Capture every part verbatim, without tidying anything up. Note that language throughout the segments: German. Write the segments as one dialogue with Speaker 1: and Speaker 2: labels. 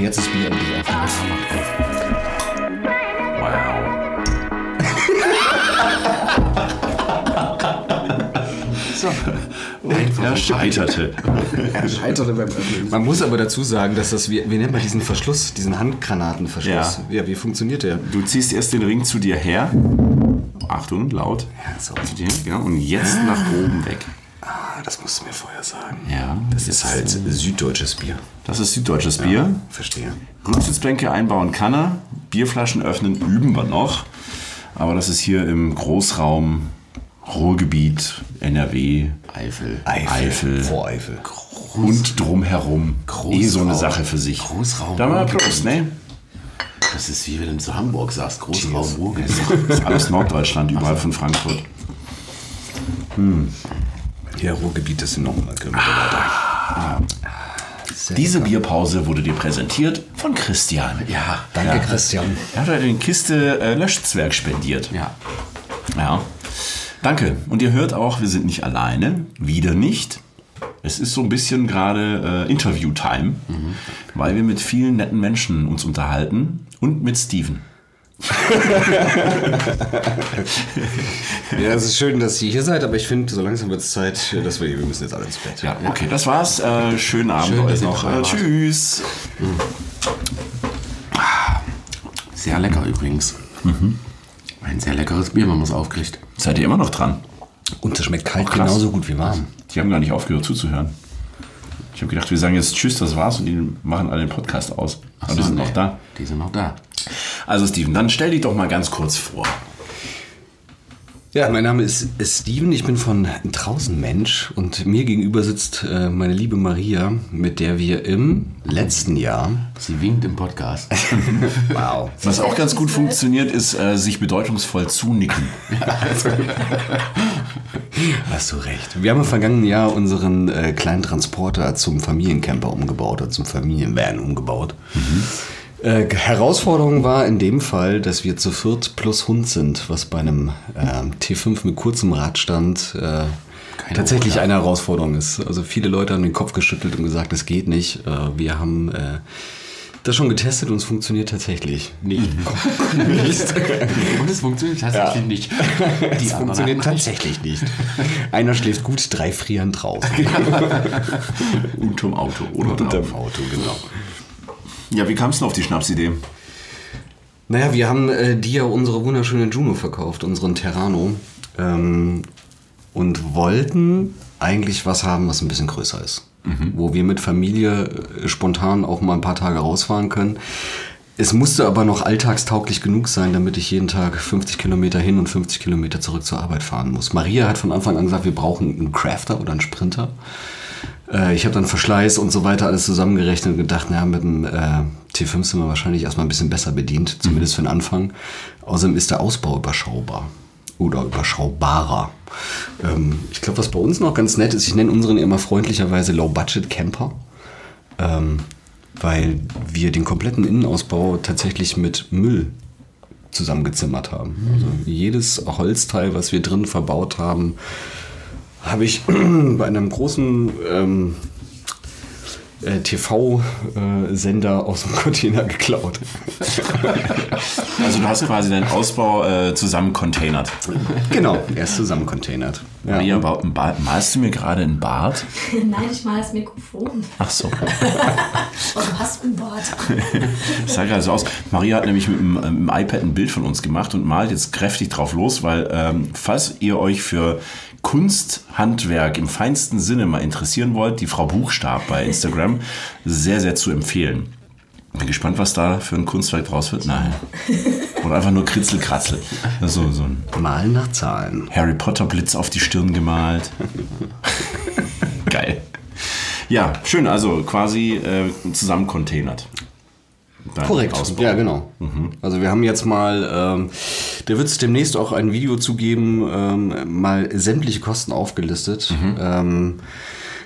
Speaker 1: jetzt ist Bier endlich einfach.
Speaker 2: Wow.
Speaker 1: So.
Speaker 2: Und er scheiterte.
Speaker 1: Er scheiterte beim Öffnen. Man muss aber dazu sagen, dass das, wie, wie nennt man diesen Verschluss, diesen Handgranatenverschluss? Ja. Ja, wie funktioniert der?
Speaker 2: Du ziehst erst den Ring zu dir her. Achtung, laut.
Speaker 1: Ja, so.
Speaker 2: Zu dir, genau. Und jetzt nach oben weg.
Speaker 1: Ah, das musst du mir vorher sagen.
Speaker 2: Ja.
Speaker 1: Das ist halt süddeutsches Bier.
Speaker 2: Das ist süddeutsches Bier.
Speaker 1: Ja, verstehe.
Speaker 2: Rücksitzbänke einbauen kann er. Bierflaschen öffnen üben wir noch. Aber das ist hier im Großraum Ruhrgebiet, N R W,
Speaker 1: Eifel,
Speaker 2: Eifel, Eifel
Speaker 1: Voreifel.
Speaker 2: und drumherum. Eh so eine Sache für sich.
Speaker 1: Großraum.
Speaker 2: Da mal Prost, ne?
Speaker 1: Das ist wie wenn du zu Hamburg sagst, Großraum Ruhrgebiet.
Speaker 2: Das ist alles Norddeutschland, überall von Frankfurt.
Speaker 1: Hm. Ja, Ruhrgebiet ist noch mal ah.
Speaker 2: Diese Bierpause wurde dir präsentiert von Christian.
Speaker 1: Ja, danke ja. Christian.
Speaker 2: Er hat eine Kiste äh, Löschzwerg spendiert.
Speaker 1: Ja.
Speaker 2: Ja. Danke. Und ihr hört auch, wir sind nicht alleine. Wieder nicht. Es ist so ein bisschen gerade äh, Interview-Time, mhm. weil wir mit vielen netten Menschen uns unterhalten und mit Steven.
Speaker 1: Ja, es ist schön, dass ihr hier seid, aber ich finde, so langsam wird es Zeit, dass wir, wir müssen jetzt alle ins Bett.
Speaker 2: Ja, okay, das war's. Äh, schönen Abend
Speaker 1: Schön,
Speaker 2: euch noch. Äh, tschüss.
Speaker 1: Mhm. Sehr lecker übrigens. Mhm. Ein sehr leckeres Bier, wenn man es aufkriegt.
Speaker 2: Seid ihr immer noch dran?
Speaker 1: Und das schmeckt kalt genauso gut wie warm.
Speaker 2: Die haben gar nicht aufgehört zuzuhören. Ich habe gedacht, wir sagen jetzt Tschüss, das war's und die machen alle den Podcast aus. Aber so, die sind nee. noch da.
Speaker 1: Die sind noch da.
Speaker 2: Also Steven, dann stell dich doch mal ganz kurz vor.
Speaker 1: Ja, mein Name ist Steven, ich bin von draußen Mensch und mir gegenüber sitzt äh, meine liebe Maria, mit der wir im letzten Jahr...
Speaker 3: Sie winkt im Podcast.
Speaker 1: Wow.
Speaker 2: Was auch ganz gut funktioniert, ist äh, sich bedeutungsvoll zunicken.
Speaker 1: Also, hast du recht. Wir haben im vergangenen Jahr unseren äh, kleinen Transporter zum Familiencamper umgebaut oder zum Familienvan umgebaut. Mhm. Äh, Herausforderung war in dem Fall, dass wir zu viert plus Hund sind, was bei einem äh, T fünf mit kurzem Radstand äh, tatsächlich Urlaub. Eine Herausforderung ist. Also viele Leute haben den Kopf geschüttelt und gesagt, es geht nicht. Äh, wir haben äh, das schon getestet und es funktioniert tatsächlich nicht.
Speaker 3: nicht. Und es funktioniert tatsächlich ja. nicht.
Speaker 1: Die es funktioniert tatsächlich nicht. Einer schläft gut, drei frieren draußen.
Speaker 2: Unterm Auto. Oder
Speaker 1: unterm Auto, genau.
Speaker 2: Ja, wie kam es denn auf die Schnapsidee?
Speaker 1: Naja, wir haben äh, dir unsere wunderschöne Juno verkauft, unseren Terrano. Ähm, und wollten eigentlich was haben, was ein bisschen größer ist. Mhm. Wo wir mit Familie äh, spontan auch mal ein paar Tage rausfahren können. Es musste aber noch alltagstauglich genug sein, damit ich jeden Tag fünfzig Kilometer hin und fünfzig Kilometer zurück zur Arbeit fahren muss. Maria hat von Anfang an gesagt, wir brauchen einen Crafter oder einen Sprinter. Ich habe dann Verschleiß und so weiter alles zusammengerechnet und gedacht, naja, mit dem äh, T fünf sind wir wahrscheinlich erstmal ein bisschen besser bedient, zumindest für den Anfang. Außerdem ist der Ausbau überschaubar oder überschaubarer. Ähm, ich glaube, was bei uns noch ganz nett ist, ich nenne unseren immer freundlicherweise Low-Budget-Camper, ähm, weil wir den kompletten Innenausbau tatsächlich mit Müll zusammengezimmert haben. Also jedes Holzteil, was wir drin verbaut haben, habe ich bei einem großen ähm, äh, T V-Sender äh, aus dem Container geklaut.
Speaker 2: Also du hast quasi deinen Ausbau äh, zusammen containert.
Speaker 1: Genau, er ist zusammen containert.
Speaker 2: Ja. Maria, malst du mir gerade ein Bart?
Speaker 4: Nein, ich mal das Mikrofon.
Speaker 2: Ach so.
Speaker 4: Oh, du hast ein Bart.
Speaker 2: Das sah gerade so aus. Maria hat nämlich mit dem, mit dem iPad ein Bild von uns gemacht und malt jetzt kräftig drauf los, weil ähm, falls ihr euch für Kunsthandwerk im feinsten Sinne mal interessieren wollt, die Frau Buchstab bei Instagram, sehr, sehr zu empfehlen. Bin gespannt, was da für ein Kunstwerk draus wird. Nein. Oder einfach nur Kritzelkratzel. So, so ein
Speaker 1: Malen nach Zahlen.
Speaker 2: Harry Potter Blitz auf die Stirn gemalt. Geil. Ja, schön, also quasi äh, zusammen containert.
Speaker 1: Korrekt, Ausbau. Ja genau. Mhm. Also wir haben jetzt mal, ähm, da wird es demnächst auch ein Video zu geben, ähm, mal sämtliche Kosten aufgelistet. Mhm. Ähm,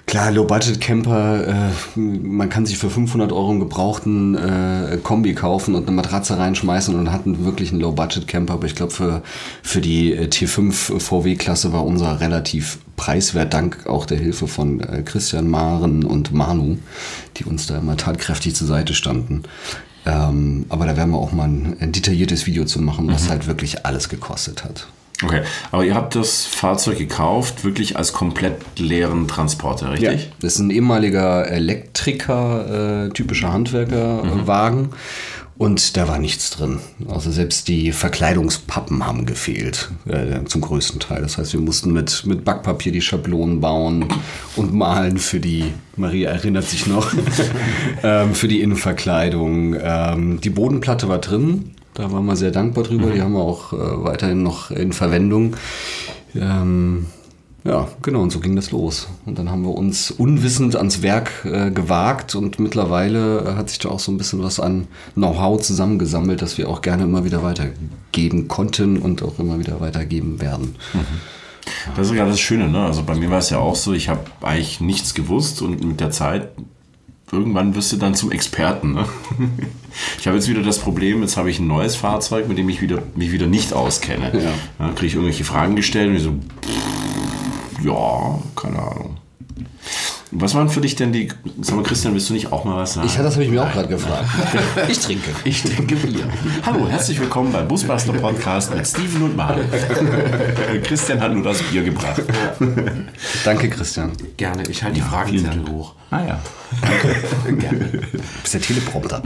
Speaker 1: Klar, Low-Budget-Camper, äh, man kann sich für fünfhundert Euro einen gebrauchten äh, Kombi kaufen und eine Matratze reinschmeißen und hat einen, wirklich einen Low-Budget-Camper. Aber ich glaube, für, für die äh, T fünf V W-Klasse war unser relativ preiswert, dank auch der Hilfe von äh, Christian, Maren und Manu, die uns da immer tatkräftig zur Seite standen. Ähm, aber da werden wir auch mal ein, ein detailliertes Video zu machen, was mhm. halt wirklich alles gekostet hat.
Speaker 2: Okay, aber ihr habt das Fahrzeug gekauft, wirklich als komplett leeren Transporter, richtig?
Speaker 1: Ja, das ist ein ehemaliger Elektriker, äh, typischer Handwerkerwagen. Mhm. Und da war nichts drin. Also selbst die Verkleidungspappen haben gefehlt, äh, zum größten Teil. Das heißt, wir mussten mit, mit Backpapier die Schablonen bauen und malen für die, Maria erinnert sich noch, ähm, für die Innenverkleidung. Ähm, die Bodenplatte war drin. Da waren wir sehr dankbar drüber. Mhm. Die haben wir auch äh, weiterhin noch in Verwendung. Ähm, ja, genau, und so ging das los. Und dann haben wir uns unwissend ans Werk äh, gewagt und mittlerweile äh, hat sich da auch so ein bisschen was an Know-how zusammengesammelt, das wir auch gerne immer wieder weitergeben konnten und auch immer wieder weitergeben werden.
Speaker 2: Mhm. Das ist ja das Schöne, ne? Also bei mir war es ja auch so, ich habe eigentlich nichts gewusst und mit der Zeit irgendwann wirst du dann zum Experten. Ne? Ich habe jetzt wieder das Problem, jetzt habe ich ein neues Fahrzeug, mit dem ich wieder, mich wieder nicht auskenne. Ja. Ja, kriege ich irgendwelche Fragen gestellt und ich so, pff, ja, keine Ahnung. Was waren für dich denn die... Sag mal, Christian, willst du nicht auch mal was sagen?
Speaker 1: Ich, das habe ich mir auch gerade gefragt. Ich trinke.
Speaker 2: Ich trinke Bier. Hallo, herzlich willkommen beim Busbastler Podcast mit Steven und Maren. Christian hat nur das Bier gebracht.
Speaker 1: Danke, Christian.
Speaker 3: Gerne, ich halte ja, die Fragen hoch.
Speaker 2: Ah ja.
Speaker 1: Gerne. Du bist der Teleprompter.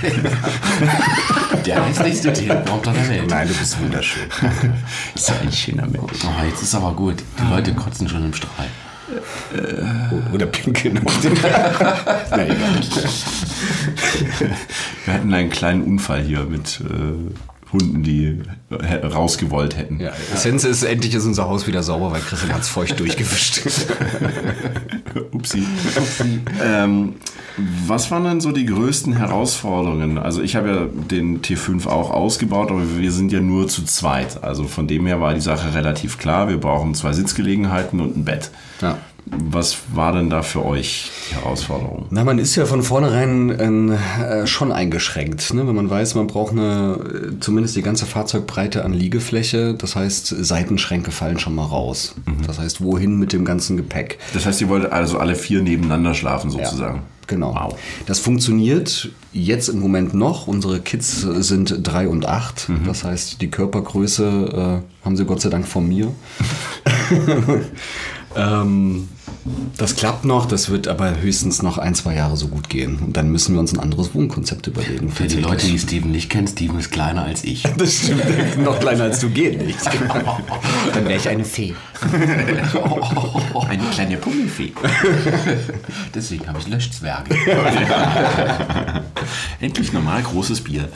Speaker 3: Der hässlichste Teleprompter der Welt.
Speaker 1: Nein, du bist wunderschön.
Speaker 2: Ist ja ein schöner Mensch.
Speaker 3: Oh, jetzt ist aber gut. Die Leute kotzen schon im Strahl.
Speaker 1: Oder pinkeln auf den. Na egal.
Speaker 2: Wir hatten einen kleinen Unfall hier mit äh, Hunden, die äh, rausgewollt hätten.
Speaker 1: Ja, Essenz ist, endlich ist unser Haus wieder sauber, weil Christian hat es feucht durchgewischt.
Speaker 2: Upsi. Upsi. Ähm, was waren denn so die größten Herausforderungen? Also ich habe ja den T fünf auch ausgebaut, aber wir sind ja nur zu zweit. Also von dem her war die Sache relativ klar. Wir brauchen zwei Sitzgelegenheiten und ein Bett. Ja. Was war denn da für euch die Herausforderung?
Speaker 1: Na, man ist ja von vornherein äh, schon eingeschränkt, ne? Wenn man weiß, man braucht eine, zumindest die ganze Fahrzeugbreite an Liegefläche. Das heißt, Seitenschränke fallen schon mal raus. Mhm. Das heißt, wohin mit dem ganzen Gepäck?
Speaker 2: Das heißt, ihr wollt also alle vier nebeneinander schlafen sozusagen?
Speaker 1: Ja. Genau.
Speaker 2: Wow.
Speaker 1: Das funktioniert jetzt im Moment noch. Unsere Kids sind drei und acht. Mhm. Das heißt, die Körpergröße äh, haben sie Gott sei Dank von mir. ähm, das klappt noch, das wird aber höchstens noch ein, zwei Jahre so gut gehen. Und dann müssen wir uns ein anderes Wohnkonzept überlegen.
Speaker 3: Für die Leute, die Steven nicht kennen, Steven ist kleiner als ich.
Speaker 1: Das stimmt. Noch kleiner als du geht nicht. Dann wäre ich eine Fee.
Speaker 3: Eine kleine Pummelfee. Deswegen habe ich Löschzwerge.
Speaker 2: Endlich normal großes Bier.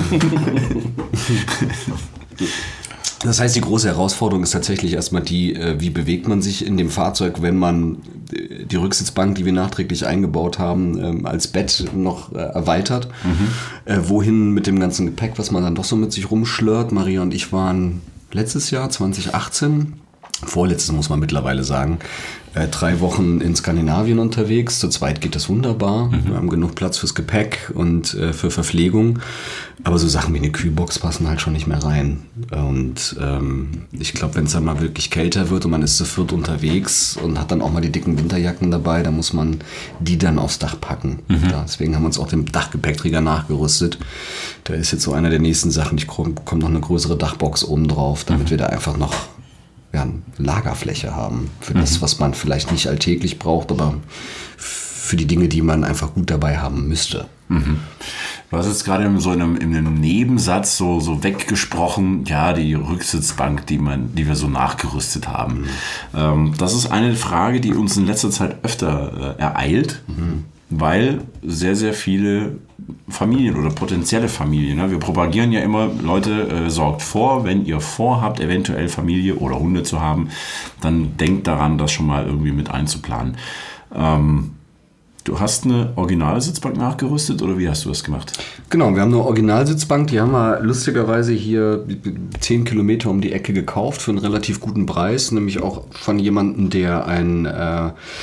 Speaker 1: Das heißt, die große Herausforderung ist tatsächlich erstmal die, wie bewegt man sich in dem Fahrzeug, wenn man die Rücksitzbank, die wir nachträglich eingebaut haben, als Bett noch erweitert. Mhm. Wohin mit dem ganzen Gepäck, was man dann doch so mit sich rumschlört. Maria und ich waren letztes Jahr, zwanzig achtzehn, vorletztes muss man mittlerweile sagen, äh, drei Wochen in Skandinavien unterwegs. Zu zweit geht das wunderbar. Mhm. Wir haben genug Platz fürs Gepäck und äh, für Verpflegung. Aber so Sachen wie eine Kühlbox passen halt schon nicht mehr rein. Und ähm, ich glaube, wenn es dann mal wirklich kälter wird und man ist zu viert unterwegs und hat dann auch mal die dicken Winterjacken dabei, dann muss man die dann aufs Dach packen. Mhm. Ja, deswegen haben wir uns auch den Dachgepäckträger nachgerüstet. Da ist jetzt so einer der nächsten Sachen. Ich komme noch eine größere Dachbox oben drauf, damit mhm. wir da einfach noch ja, eine Lagerfläche haben für mhm. das, was man vielleicht nicht alltäglich braucht, aber für die Dinge, die man einfach gut dabei haben müsste.
Speaker 2: Mhm. Du hast jetzt gerade in so einem, in einem Nebensatz so, so weggesprochen, ja, die Rücksitzbank, die, man, die wir so nachgerüstet haben. Mhm. Ähm, das ist eine Frage, die uns in letzter Zeit öfter äh, ereilt, mhm. weil sehr, sehr viele Familien oder potenzielle Familien, ne? Wir propagieren ja immer, Leute, äh, sorgt vor, wenn ihr vorhabt, eventuell Familie oder Hunde zu haben, dann denkt daran, das schon mal irgendwie mit einzuplanen. Ähm, Du hast eine Originalsitzbank nachgerüstet oder wie hast du das gemacht?
Speaker 1: Genau, wir haben eine Originalsitzbank, die haben wir lustigerweise hier zehn Kilometer um die Ecke gekauft für einen relativ guten Preis, nämlich auch von jemandem, der ein äh,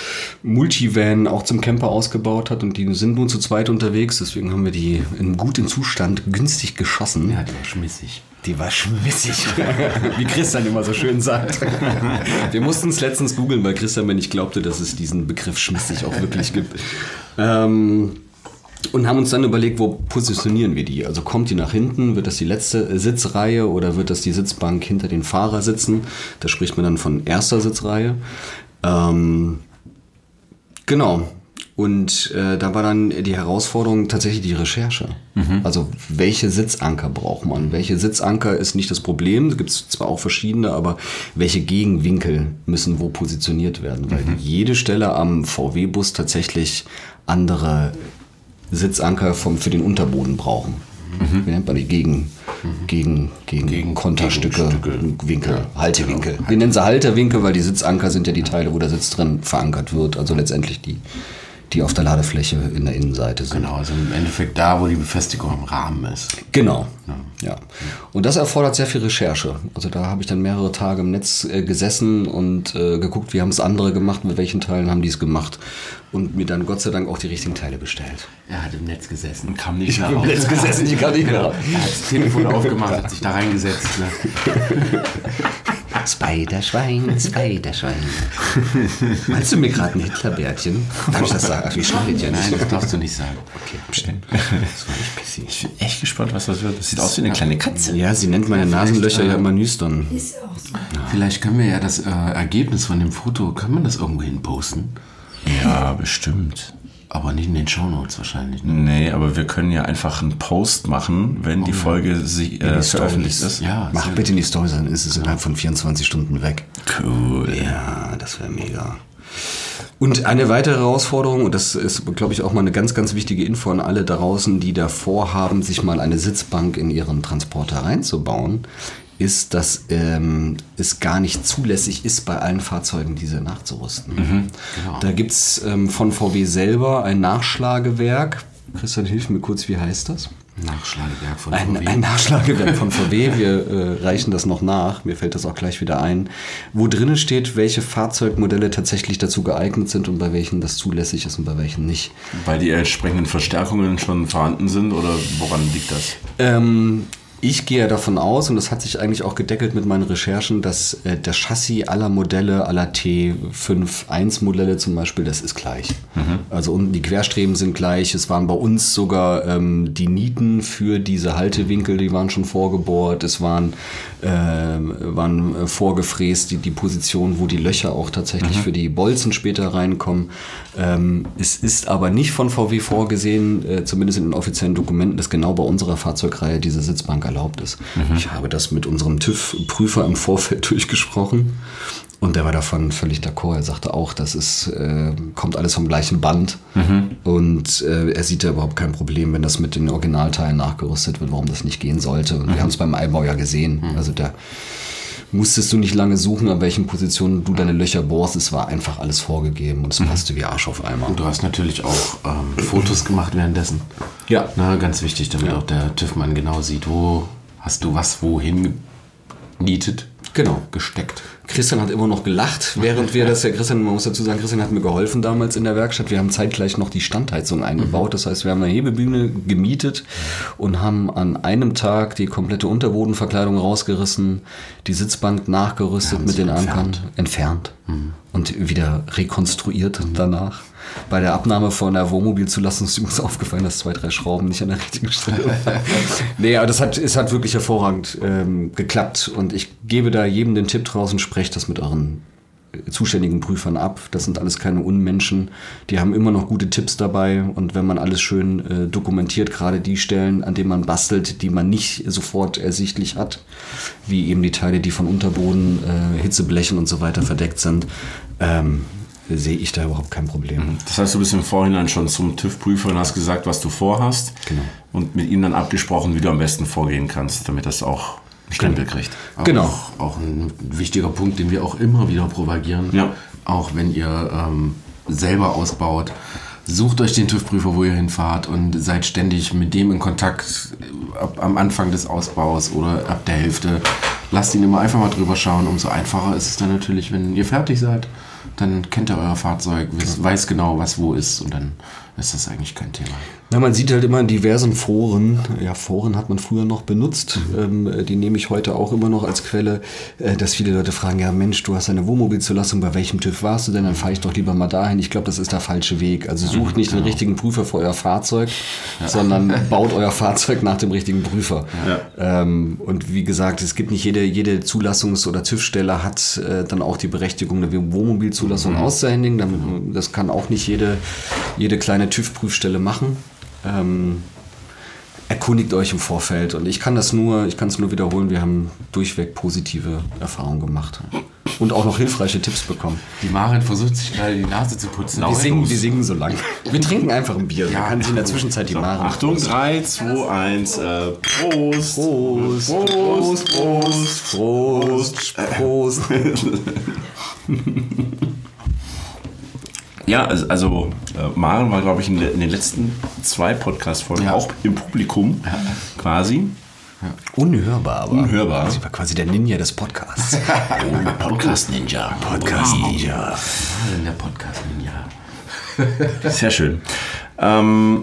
Speaker 1: Multivan auch zum Camper ausgebaut hat und die sind nun zu zweit unterwegs, deswegen haben wir die in gutem Zustand günstig geschossen.
Speaker 3: Ja, die war schmissig.
Speaker 1: Die war schmissig, wie Christian immer so schön sagt. Wir mussten es letztens googeln, weil Christian mir nicht glaubte, dass es diesen Begriff schmissig auch wirklich gibt. Ähm, und haben uns dann überlegt, wo positionieren wir die? Also kommt die nach hinten, wird das die letzte Sitzreihe oder wird das die Sitzbank hinter den Fahrer sitzen? Da spricht man dann von erster Sitzreihe. Ähm, genau. Und äh, da war dann die Herausforderung tatsächlich die Recherche. Mhm. Also welche Sitzanker braucht man? Welche Sitzanker ist nicht das Problem. Da gibt es zwar auch verschiedene, aber welche Gegenwinkel müssen wo positioniert werden? Weil mhm. jede Stelle am V W-Bus tatsächlich andere Sitzanker vom, für den Unterboden brauchen. Mhm. Wie nennt man die? Gegen, mhm. gegen, gegen, gegen Konterstücke, Winkel, ja. Haltewinkel. Genau. Wir nennen sie Halterwinkel, weil die Sitzanker sind ja die Teile, wo der Sitz drin verankert wird. Also letztendlich die die auf der Ladefläche in der Innenseite sind.
Speaker 3: Genau, also im Endeffekt da, wo die Befestigung im Rahmen ist.
Speaker 1: Genau, ja. ja. Und das erfordert sehr viel Recherche. Also da habe ich dann mehrere Tage im Netz äh, gesessen und äh, geguckt, wie haben es andere gemacht, mit welchen Teilen haben die es gemacht und mir dann Gott sei Dank auch die richtigen Teile bestellt.
Speaker 3: Er hat im Netz gesessen und kam nicht
Speaker 1: ich
Speaker 3: mehr
Speaker 1: raus. Im Netz gesessen, ich kam nicht mehr raus.
Speaker 3: Er hat das Telefon aufgemacht, hat sich da reingesetzt. Ne?
Speaker 1: Spiderschwein, Spiderschwein. Meinst du mir gerade ein Hitlerbärtchen? Darf ich das sagen? Ach, wie schneidet ja nicht.
Speaker 3: Nein, das darfst du nicht sagen.
Speaker 1: Okay, bestimmt. Das war nicht pissig.
Speaker 2: Ich bin echt gespannt, was das wird. Das sieht aus wie eine kleine Katze.
Speaker 1: Ja, sie nennt meine Nasenlöcher äh, ja immer Nüstern.
Speaker 4: Ist auch so.
Speaker 3: Ja. Vielleicht können wir ja das äh, Ergebnis von dem Foto, kann man das irgendwo hin posten?
Speaker 2: Ja, bestimmt.
Speaker 3: Aber nicht in den Shownotes wahrscheinlich. Ne?
Speaker 2: Nee, aber wir können ja einfach einen Post machen, wenn oh, die Folge sie, äh, veröffentlicht ist.
Speaker 1: Ja, mach bitte in die Story, dann ist es innerhalb von vierundzwanzig Stunden weg.
Speaker 2: Cool.
Speaker 1: Ja, das wäre mega. Und eine weitere Herausforderung, und das ist, glaube ich, auch mal eine ganz, ganz wichtige Info an alle da draußen, die da vorhaben, sich mal eine Sitzbank in ihren Transporter reinzubauen, ist, dass ähm, es gar nicht zulässig ist, bei allen Fahrzeugen diese nachzurüsten. Mhm, genau. Da gibt es ähm, von V W selber ein Nachschlagewerk. Christian, hilf mir kurz, wie heißt das?
Speaker 3: Nachschlagewerk von
Speaker 1: ein,
Speaker 3: V W.
Speaker 1: Ein Nachschlagewerk von V W. Wir äh, reichen das noch nach. Mir fällt das auch gleich wieder ein. Wo drinnen steht, welche Fahrzeugmodelle tatsächlich dazu geeignet sind und bei welchen das zulässig ist und bei welchen nicht.
Speaker 2: Weil die entsprechenden Verstärkungen schon vorhanden sind oder woran liegt das?
Speaker 1: Ähm... Ich gehe davon aus, und das hat sich eigentlich auch gedeckelt mit meinen Recherchen, dass äh, der Chassis aller Modelle, aller T fünf eins Modelle zum Beispiel, das ist gleich. Mhm. Also unten die Querstreben sind gleich. Es waren bei uns sogar ähm, die Nieten für diese Haltewinkel, die waren schon vorgebohrt. Es waren, äh, waren vorgefräst, die, die Position, wo die Löcher auch tatsächlich mhm. für die Bolzen später reinkommen. Ähm, es ist aber nicht von V W vorgesehen, äh, zumindest in den offiziellen Dokumenten, dass genau bei unserer Fahrzeugreihe diese Sitzbank erlaubt ist. Mhm. Ich habe das mit unserem TÜV-Prüfer im Vorfeld durchgesprochen und der war davon völlig d'accord. Er sagte auch, das ist, äh, kommt alles vom gleichen Band mhm. und äh, er sieht da überhaupt kein Problem, wenn das mit den Originalteilen nachgerüstet wird, warum das nicht gehen sollte. Und mhm. wir haben es beim Einbau ja gesehen. Mhm. Also da musstest du nicht lange suchen, an welchen Positionen du deine Löcher bohrst. Es war einfach alles vorgegeben und es mhm. passte wie Arsch auf Eimer.
Speaker 3: Und du hast natürlich auch ähm, Fotos gemacht währenddessen.
Speaker 1: Ja.
Speaker 3: Na, ganz wichtig, damit ja. auch der TÜV-Mann genau sieht, wo hast du was wohin genietet,
Speaker 1: genau.
Speaker 3: gesteckt.
Speaker 1: Christian hat immer noch gelacht, während wir das ja, Christian, man muss dazu sagen, Christian hat mir geholfen damals in der Werkstatt. Wir haben zeitgleich noch die Standheizung eingebaut. Das heißt, wir haben eine Hebebühne gemietet und haben an einem Tag die komplette Unterbodenverkleidung rausgerissen, die Sitzbank nachgerüstet mit den Ankern, entfernt mhm. und wieder rekonstruiert danach. Bei der Abnahme von der Wohnmobilzulassung ist übrigens aufgefallen, dass zwei, drei Schrauben nicht an der richtigen Stelle waren. Nee, aber das hat, es hat wirklich hervorragend ähm, geklappt. Und ich gebe da jedem den Tipp draußen, sprecht das mit euren zuständigen Prüfern ab. Das sind alles keine Unmenschen. Die haben immer noch gute Tipps dabei. Und wenn man alles schön äh, dokumentiert, gerade die Stellen, an denen man bastelt, die man nicht sofort ersichtlich hat, wie eben die Teile, die von Unterboden, äh, Hitzeblechen und so weiter verdeckt sind, ähm, sehe ich da überhaupt kein Problem.
Speaker 2: Das heißt, du bist im Vorhinein schon zum TÜV-Prüfer und hast gesagt, was du vorhast
Speaker 1: genau.
Speaker 2: und mit ihm dann abgesprochen, wie du am besten vorgehen kannst, damit das auch einen Stempel kriegt.
Speaker 3: Auch,
Speaker 1: genau.
Speaker 3: Auch ein wichtiger Punkt, den wir auch immer wieder propagieren,
Speaker 2: ja.
Speaker 3: auch wenn ihr ähm, selber ausbaut. Sucht euch den TÜV-Prüfer, wo ihr hinfahrt und seid ständig mit dem in Kontakt ab, am Anfang des Ausbaus oder ab der Hälfte. Lasst ihn immer einfach mal drüber schauen. Umso einfacher ist es dann natürlich, wenn ihr fertig seid. dann kennt ihr euer Fahrzeug, weiß, weiß genau, was wo ist und dann ist das eigentlich kein Thema.
Speaker 1: Na, man sieht halt immer in diversen Foren, ja, Foren hat man früher noch benutzt, mhm. ähm, die nehme ich heute auch immer noch als Quelle, äh, dass viele Leute fragen, ja Mensch, du hast eine Wohnmobilzulassung, bei welchem TÜV warst du denn? Dann fahre ich doch lieber mal dahin. Ich glaube, das ist der falsche Weg. Also sucht mhm, nicht genau. den richtigen Prüfer für euer Fahrzeug, ja. sondern baut euer Fahrzeug nach dem richtigen Prüfer. Ja. Ähm, und wie gesagt, es gibt nicht jede, jede Zulassungs- oder TÜV-Stelle hat äh, dann auch die Berechtigung, eine Wohnmobilzulassung mhm. auszuhändigen. Dann, das kann auch nicht jede, jede kleine TÜV-Prüfstelle machen. Ähm, erkundigt euch im Vorfeld und ich kann das nur, ich kann es nur wiederholen, wir haben durchweg positive Erfahrungen gemacht und auch noch hilfreiche Tipps bekommen.
Speaker 3: Die Maren versucht sich gerade die Nase zu putzen.
Speaker 1: Wir singen, wir singen so lang. Wir trinken einfach ein Bier,
Speaker 3: ja,
Speaker 1: dann kann sie in der Zwischenzeit die
Speaker 2: so,
Speaker 1: Maren.
Speaker 2: Achtung, drei, zwei, eins, äh, Prost!
Speaker 1: Prost! Prost! Prost! Prost! Prost! Prost.
Speaker 2: Ja, also, also äh, Maren war, glaube ich, in, in den letzten zwei Podcast-Folgen
Speaker 3: ja.
Speaker 2: auch im Publikum ja. quasi.
Speaker 1: Ja. Unhörbar, aber.
Speaker 2: Unhörbar.
Speaker 1: Sie war quasi der Ninja des Podcasts.
Speaker 2: Oh, Podcast-Ninja.
Speaker 1: Podcast-Ninja.
Speaker 3: Wow. Der Podcast-Ninja.
Speaker 2: Sehr schön. Ähm,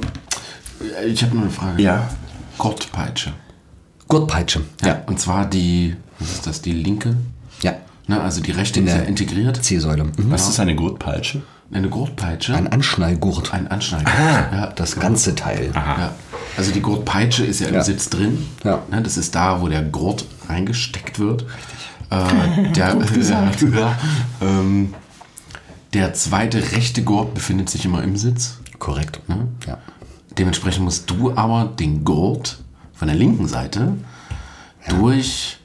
Speaker 3: ich habe noch eine Frage.
Speaker 2: Ja.
Speaker 3: Gurtpeitsche.
Speaker 1: Gurtpeitsche.
Speaker 3: Ja. ja. Und zwar die, was ist das, die linke?
Speaker 1: Ja.
Speaker 3: Ne, also die rechte ist ja integriert.
Speaker 1: C-Säule.
Speaker 2: Mhm. Was ist eine Gurtpeitsche?
Speaker 3: Eine Gurtpeitsche?
Speaker 1: Ein Anschnallgurt.
Speaker 3: Ein Anschnallgurt.
Speaker 1: Ah, ja, das ganze Teil.
Speaker 3: Aha. Ja. Also die Gurtpeitsche ist ja im
Speaker 1: ja.
Speaker 3: Sitz drin.
Speaker 1: Ja.
Speaker 3: Ne, das ist da, wo der Gurt reingesteckt wird. Richtig. Äh, der, äh, ja, ähm, der zweite rechte Gurt befindet sich immer im Sitz.
Speaker 1: Korrekt.
Speaker 3: Ne?
Speaker 1: Ja.
Speaker 3: Dementsprechend musst du aber den Gurt von der linken Seite ja. durch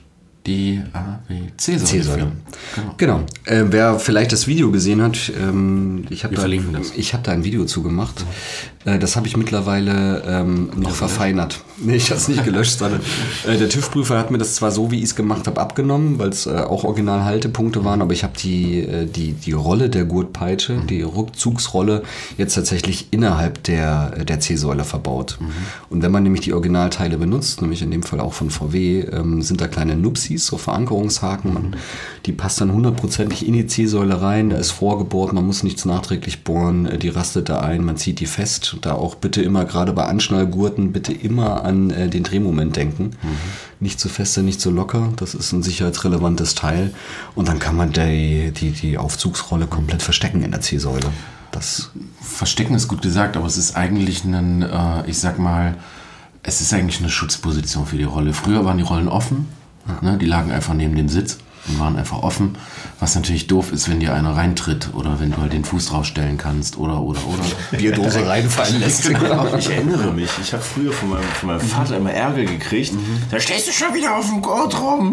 Speaker 3: die A, B, C-Säule.
Speaker 1: C-Säule. Genau. genau. Äh, wer vielleicht das Video gesehen hat, ähm, ich habe da, hab da ein Video zugemacht. Ja. Äh, das habe ich mittlerweile ähm, noch ja, verfeinert. Nee, ich habe es nicht gelöscht, sondern äh, der TÜV-Prüfer hat mir das zwar so, wie ich es gemacht habe, abgenommen, weil es äh, auch Original-Haltepunkte waren, aber ich habe die, äh, die, die Rolle der Gurtpeitsche, mhm. die Rückzugsrolle, jetzt tatsächlich innerhalb der, der C-Säule verbaut. Mhm. Und wenn man nämlich die Originalteile benutzt, nämlich in dem Fall auch von V W, ähm, sind da kleine Nupsis, so Verankerungshaken. Man, die passt dann hundertprozentig in die C-Säule rein, da ist vorgebohrt, man muss nichts nachträglich bohren, die rastet da ein, man zieht die fest. Da auch bitte immer, gerade bei Anschnallgurten, bitte immer an äh, den Drehmoment denken. Mhm. Nicht zu feste, nicht zu locker, das ist ein sicherheitsrelevantes Teil. Und dann kann man die, die, die Aufzugsrolle komplett verstecken in der C-Säule. Das
Speaker 3: Verstecken ist gut gesagt, aber es ist eigentlich ein, äh, ich sag mal, es ist eigentlich eine Schutzposition für die Rolle. Früher waren die Rollen offen, ja. ne, die lagen einfach neben dem Sitz und waren einfach offen, was natürlich doof ist, wenn dir einer reintritt oder wenn du halt den Fuß draufstellen kannst oder, oder, oder.
Speaker 1: Bierdose reinfallen lässt.
Speaker 2: Ich erinnere mich, ich habe früher von meinem, von meinem Vater immer Ärger gekriegt, mhm. da stehst du schon wieder auf dem Gurt rum.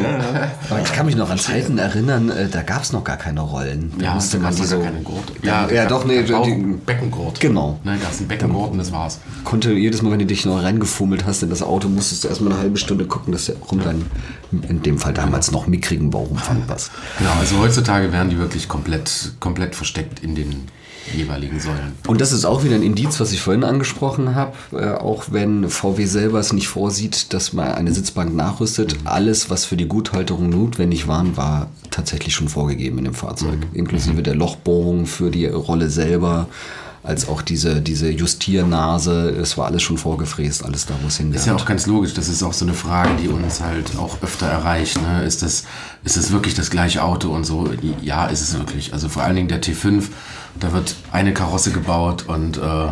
Speaker 1: Aber ich kann mich noch an Zeiten erinnern, äh, da gab es noch gar keine Rollen. Da
Speaker 3: ja,
Speaker 1: musste man die so
Speaker 3: keine Gurt.
Speaker 1: Ja, ja, ja doch, nee.
Speaker 3: Die, Beckengurt.
Speaker 1: Genau.
Speaker 3: Ne, gab es einen Beckengurt und das war's.
Speaker 1: Konnte jedes Mal, wenn du dich noch reingefummelt hast in das Auto, musstest du erstmal eine halbe Stunde gucken, dass der rum dein, in dem Fall damals noch mickrigen Bauchumfang passt.
Speaker 3: Genau, also heutzutage werden die wirklich komplett, komplett versteckt in den jeweiligen Säulen.
Speaker 1: Und das ist auch wieder ein Indiz, was ich vorhin angesprochen habe, äh, auch wenn V W selber es nicht vorsieht, dass man eine Sitzbank nachrüstet, mhm. alles, was für die Guthalterung notwendig war, war tatsächlich schon vorgegeben in dem Fahrzeug, mhm. inklusive mhm. der Lochbohrung für die Rolle selber, als auch diese, diese Justiernase, es war alles schon vorgefräst, alles da, wo es hingehört.
Speaker 3: Ist ja auch ganz logisch, das ist auch so eine Frage, die uns halt auch öfter erreicht. Ne? Ist das, ist das wirklich das gleiche Auto und so? Ja, ist es wirklich. Also vor allen Dingen der T fünf, da wird eine Karosse gebaut und äh,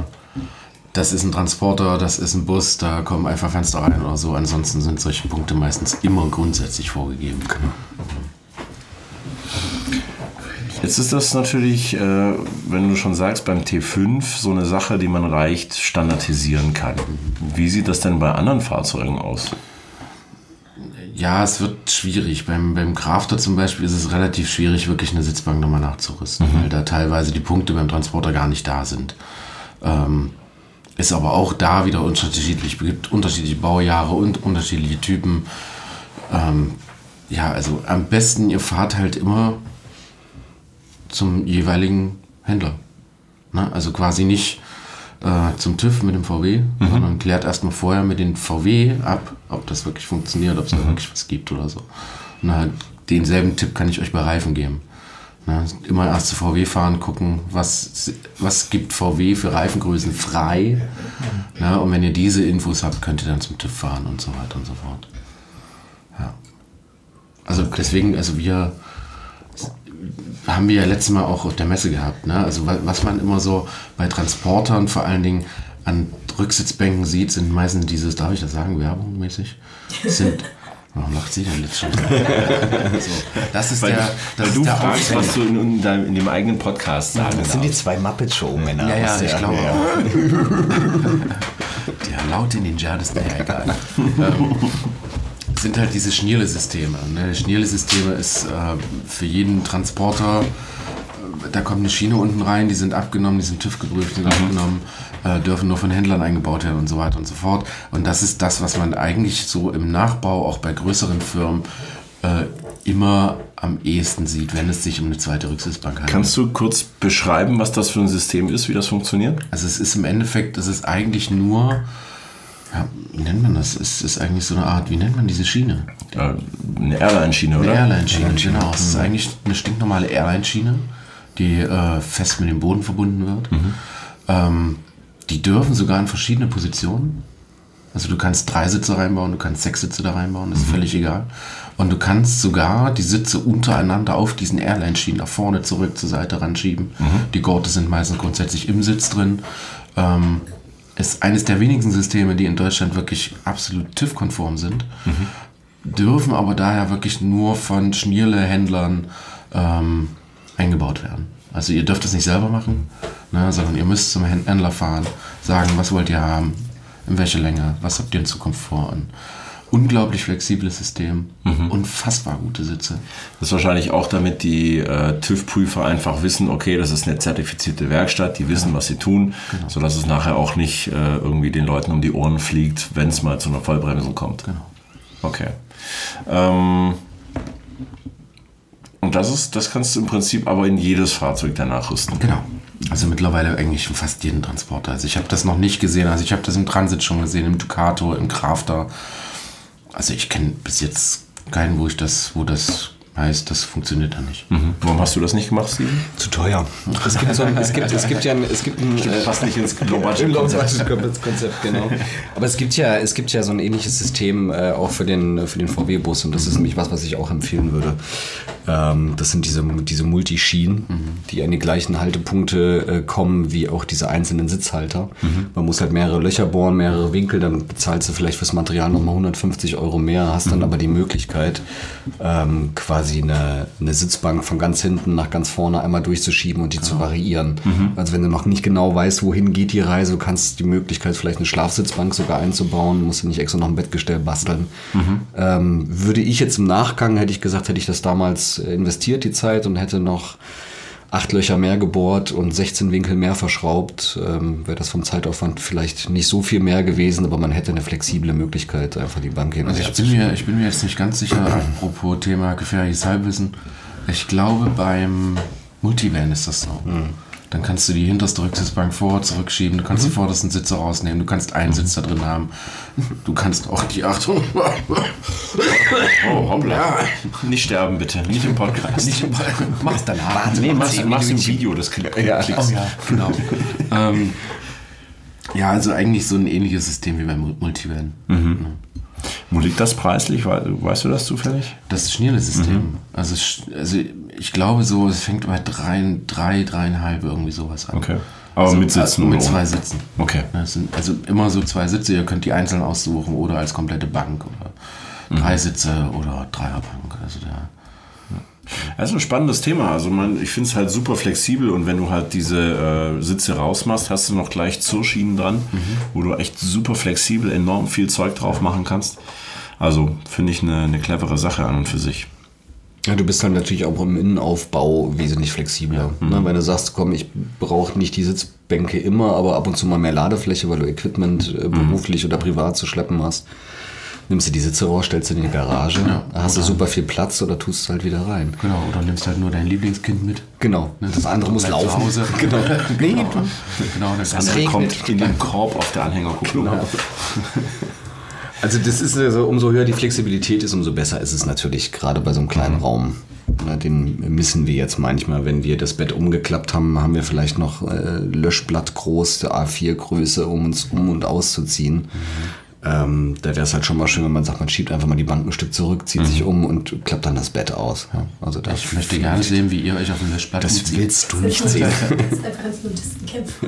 Speaker 3: das ist ein Transporter, das ist ein Bus, da kommen einfach Fenster rein oder so. Ansonsten sind solche Punkte meistens immer grundsätzlich vorgegeben. Genau.
Speaker 2: Jetzt ist das natürlich, äh, wenn du schon sagst, beim T fünf so eine Sache, die man leicht standardisieren kann. Wie sieht das denn bei anderen Fahrzeugen aus?
Speaker 3: Ja, es wird schwierig. Beim, beim Crafter zum Beispiel ist es relativ schwierig, wirklich eine Sitzbank nochmal nachzurüsten, mhm. weil da teilweise die Punkte beim Transporter gar nicht da sind. Ähm, ist aber auch da wieder unterschiedlich. Es gibt unterschiedliche Baujahre und unterschiedliche Typen. Ähm, ja, also am besten, ihr fahrt halt immer zum jeweiligen Händler. Na, also quasi nicht äh, zum TÜV mit dem V W, mhm. sondern klärt erstmal vorher mit den V W ab, ob das wirklich funktioniert, ob es mhm. da wirklich was gibt oder so. Und halt denselben Tipp kann ich euch bei Reifen geben. Ne? Immer erst zu V W fahren, gucken, was, was gibt V W für Reifengrößen frei. Ne? Und wenn ihr diese Infos habt, könnt ihr dann zum TÜV fahren und so weiter und so fort. Ja. Also deswegen, also wir haben wir ja letztes Mal auch auf der Messe gehabt. Ne? Also was man immer so bei Transportern vor allen Dingen an Rücksitzbänken sieht, sind meistens dieses, darf ich das sagen, Werbung mäßig, sind... Warum lacht sie denn jetzt schon? So, das ist
Speaker 2: weil
Speaker 3: der, das
Speaker 2: weil
Speaker 3: ist
Speaker 2: du
Speaker 3: der
Speaker 2: fragst,
Speaker 3: Aufhänger.
Speaker 2: was du in, in, deinem, in dem eigenen Podcast sagen
Speaker 1: Das sind die
Speaker 2: darfst.
Speaker 1: zwei Muppet-Show-Männer.
Speaker 3: Ja, ja,
Speaker 1: aus
Speaker 3: ich
Speaker 1: der-
Speaker 3: glaube
Speaker 1: ja.
Speaker 3: auch. Der laut in den Jardis, naja, egal. ähm, sind halt diese Schnirle-Systeme. Ne? Schnirle-Systeme ist äh, für jeden Transporter, äh, da kommt eine Schiene unten rein, die sind abgenommen, die sind TÜV geprüft, die sind abgenommen, äh, dürfen nur von Händlern eingebaut werden und so weiter und so fort. Und das ist das, was man eigentlich so im Nachbau, auch bei größeren Firmen, äh, immer am ehesten sieht, wenn es sich um eine zweite Rücksitzbank handelt.
Speaker 2: Kannst du kurz beschreiben, was das für ein System ist, wie das funktioniert?
Speaker 3: Also es ist im Endeffekt, es ist eigentlich nur, ja, wie nennt man das? Es ist eigentlich so eine Art, wie nennt man diese Schiene?
Speaker 2: Ja, eine Airline-Schiene,
Speaker 3: Eine
Speaker 2: oder?
Speaker 3: Airline-Schiene, genau. Es ist eigentlich eine stinknormale Airline-Schiene, die äh, fest mit dem Boden verbunden wird.
Speaker 2: Mhm.
Speaker 3: Ähm, die dürfen sogar in verschiedene Positionen. Also du kannst drei Sitze reinbauen, du kannst sechs Sitze da reinbauen, das ist
Speaker 2: Mhm.
Speaker 3: völlig egal. Und du kannst sogar die Sitze untereinander auf diesen Airline-Schienen nach vorne, zurück, zur Seite ranschieben.
Speaker 2: Mhm.
Speaker 3: Die Gurte sind meistens grundsätzlich im Sitz drin. Ähm, ist eines der wenigen Systeme, die in Deutschland wirklich absolut TÜV-konform sind,
Speaker 2: Mhm.
Speaker 3: dürfen aber daher wirklich nur von Schnirle-Händlern ähm, eingebaut werden. Also ihr dürft das nicht selber machen, ne, sondern ihr müsst zum Händler fahren, sagen, was wollt ihr haben, in welche Länge, was habt ihr in Zukunft vor. Ein unglaublich flexibles System, unfassbar gute Sitze.
Speaker 2: Das ist wahrscheinlich auch, damit die äh, TÜV-Prüfer einfach wissen, okay, das ist eine zertifizierte Werkstatt, die wissen, was sie tun, sodass es nachher auch nicht äh, irgendwie den Leuten um die Ohren fliegt, wenn es mal zu einer Vollbremsung kommt.
Speaker 3: Genau.
Speaker 2: Okay. Ähm, und das ist, das kannst du im Prinzip aber in jedes Fahrzeug danach rüsten.
Speaker 3: Genau. Also mittlerweile eigentlich in fast jeden Transporter. Also ich habe das noch nicht gesehen. Also ich habe das im Transit schon gesehen, im Ducato, im Crafter. Also ich kenne bis jetzt keinen, wo ich das, wo das heißt, das funktioniert da nicht.
Speaker 2: Mhm. Warum hast du das nicht gemacht, Steven?
Speaker 1: Zu teuer. Es gibt, so ein, es gibt, es gibt ja ein, es gibt ein, äh,
Speaker 2: Passt nicht ins
Speaker 1: Im
Speaker 2: Low-Budget-Konzept.
Speaker 1: Konzept, genau. Aber es gibt ja, es gibt ja so ein ähnliches System äh, auch für den, für den V W-Bus und das ist nämlich was, was ich auch empfehlen würde. Ähm, das sind diese, diese Multischienen, mhm. die an die gleichen Haltepunkte äh, kommen wie auch diese einzelnen Sitzhalter. Mhm. Man muss halt mehrere Löcher bohren, mehrere Winkel, dann bezahlst du vielleicht fürs Material nochmal hundertfünfzig Euro mehr, hast dann mhm. aber die Möglichkeit, ähm, quasi eine, eine Sitzbank von ganz hinten nach ganz vorne einmal durchzuschieben und die ja. zu variieren. Mhm. Also wenn du noch nicht genau weißt, wohin geht die Reise, du kannst die Möglichkeit, vielleicht eine Schlafsitzbank sogar einzubauen, musst du nicht extra noch ein Bettgestell basteln. Mhm. Ähm, würde ich jetzt im Nachgang, hätte ich gesagt, hätte ich das damals investiert, die Zeit, und hätte noch acht Löcher mehr gebohrt und sechzehn Winkel mehr verschraubt, ähm, wäre das vom Zeitaufwand vielleicht nicht so viel mehr gewesen, aber man hätte eine flexible Möglichkeit, einfach die Bank hin und
Speaker 3: Also
Speaker 1: her
Speaker 3: ich bin, mir, ich bin mir jetzt nicht ganz sicher, apropos Thema gefährliches Halbwissen. Ich glaube, beim Multivan ist das so. Mhm. Dann kannst du die hinterste Rücksitzbank vor, zurückschieben, du kannst mhm. die vordersten Sitze rausnehmen, du kannst einen Sitz da drin haben. Du kannst auch die Achtung.
Speaker 2: Oh, hoppla. Ja. Nicht sterben, bitte. Nicht im Podcast.
Speaker 3: Nicht im Podcast. Mach's danach.
Speaker 2: Nee, mach's, mach's im Video, das Klick.
Speaker 3: Ja, oh, ja, genau. ähm, ja, also eigentlich so ein ähnliches System wie beim Multivan.
Speaker 2: Mhm. Ja. Wo liegt das preislich? Weißt du das zufällig?
Speaker 3: Das Schnirle-System. Mhm. Also, also ich glaube so, es fängt bei drei, drei, dreieinhalb irgendwie sowas an.
Speaker 2: Okay. Aber
Speaker 3: also,
Speaker 2: mit Sitzen?
Speaker 3: Mit
Speaker 2: oder?
Speaker 3: zwei Sitzen.
Speaker 2: Okay.
Speaker 3: Das sind also immer so zwei Sitze, ihr könnt die einzeln aussuchen oder als komplette Bank oder mhm. drei Sitze oder Dreierbank. Also der
Speaker 2: Das ist ein spannendes Thema. Also man, ich finde es halt super flexibel und wenn du halt diese äh, Sitze rausmachst, hast du noch gleich Zurschienen dran, mhm. wo du echt super flexibel enorm viel Zeug drauf machen kannst. Also finde ich eine, eine clevere Sache an und für sich.
Speaker 1: Ja, du bist dann natürlich auch im Innenaufbau wesentlich flexibler. Mhm. Ne, wenn du sagst, komm, ich brauche nicht die Sitzbänke immer, aber ab und zu mal mehr Ladefläche, weil du Equipment äh, beruflich mhm. oder privat zu schleppen hast. Nimmst du die Sitze raus, stellst du in die Garage, ja, hast du super viel Platz oder tust es halt wieder rein.
Speaker 3: Genau, oder nimmst halt nur dein Lieblingskind mit.
Speaker 1: Genau,
Speaker 3: ne,
Speaker 1: das andere muss laufen. Zu Hause.
Speaker 3: Genau.
Speaker 1: Nee,
Speaker 3: genau. genau, das,
Speaker 2: das andere kommt in den Korb auf der Anhängerkupplung.
Speaker 1: Genau. Also das ist also, umso höher die Flexibilität ist, umso besser ist es natürlich, gerade bei so einem kleinen mhm. Raum. Na, den missen wir jetzt manchmal. Wenn wir das Bett umgeklappt haben, haben wir vielleicht noch äh, Löschblatt groß, der A vier Größe, um uns um- und auszuziehen. Mhm. Ähm, da wäre es halt schon mal schön, wenn man sagt, man schiebt einfach mal die Bank ein Stück zurück, zieht mhm. sich um und klappt dann das Bett aus. Ja, also da
Speaker 3: ich möchte gerne sehen, wie ihr euch auf dem Löschblatt
Speaker 1: Das
Speaker 3: umzieht.
Speaker 1: willst du nicht sehen.
Speaker 4: Das ist einfach als Nudistenkämpfer.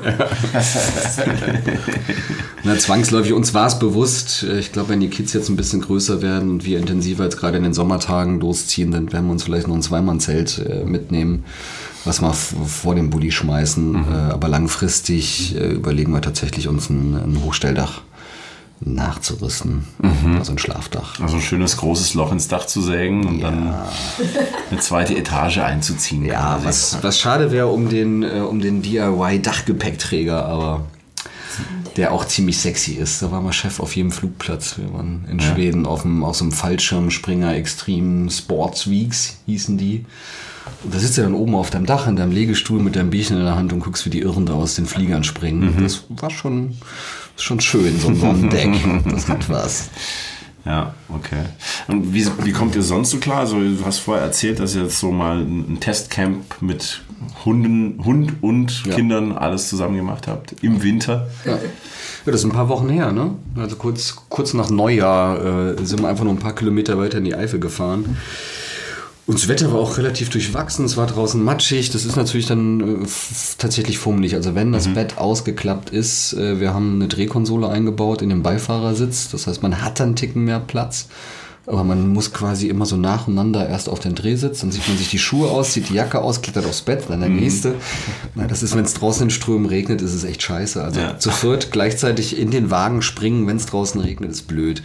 Speaker 1: Na, zwangsläufig, uns war es bewusst. Ich glaube, wenn die Kids jetzt ein bisschen größer werden und wir intensiver jetzt gerade in den Sommertagen losziehen, dann werden wir uns vielleicht noch ein Zweimannzelt äh, mitnehmen, was wir f- vor dem Bulli schmeißen. Mhm. Äh, aber langfristig äh, überlegen wir tatsächlich, uns ein, ein Hochstelldach nachzurüsten, mhm. also ein Schlafdach.
Speaker 2: Also ein schönes großes Loch ins Dach zu sägen und ja. dann eine zweite Etage einzuziehen.
Speaker 1: Ja, was, was schade wäre um den, äh, um den D I Y-Dachgepäckträger, aber der auch ziemlich sexy ist. Da war mal Chef auf jedem Flugplatz. Wir waren in ja. Schweden auf, dem, auf so einem Fallschirmspringer Extreme Sports Weeks, hießen die. Und da sitzt du dann oben auf deinem Dach in deinem Legestuhl mit deinem Bierchen in der Hand und guckst, wie die Irren da aus den Fliegern springen. Mhm. Das war schon, schon schön, so ein Sonnendeck. Das hat was.
Speaker 2: Ja, okay. Und wie, wie kommt ihr sonst so klar? Also du hast vorher erzählt, dass ihr jetzt so mal ein Testcamp mit Hunden, Hund und ja. Kindern alles zusammen gemacht habt im Winter.
Speaker 1: Ja. Ja, das ist ein paar Wochen her, ne? Also kurz, kurz nach Neujahr äh, sind wir einfach nur ein paar Kilometer weiter in die Eifel gefahren. Und das Wetter war auch relativ durchwachsen, es war draußen matschig, das ist natürlich dann äh, f- tatsächlich fummelig. Also wenn das mhm. Bett ausgeklappt ist, äh, wir haben eine Drehkonsole eingebaut in den Beifahrersitz, das heißt, man hat dann einen Ticken mehr Platz, aber man muss quasi immer so nacheinander erst auf den Drehsitz, dann sieht man sich die Schuhe aus, zieht die Jacke aus, klettert aufs Bett, dann der mhm. nächste. Na, das ist, wenn es draußen in Strömen regnet, ist es echt scheiße. Also ja. zu viert gleichzeitig in den Wagen springen, wenn es draußen regnet, ist blöd.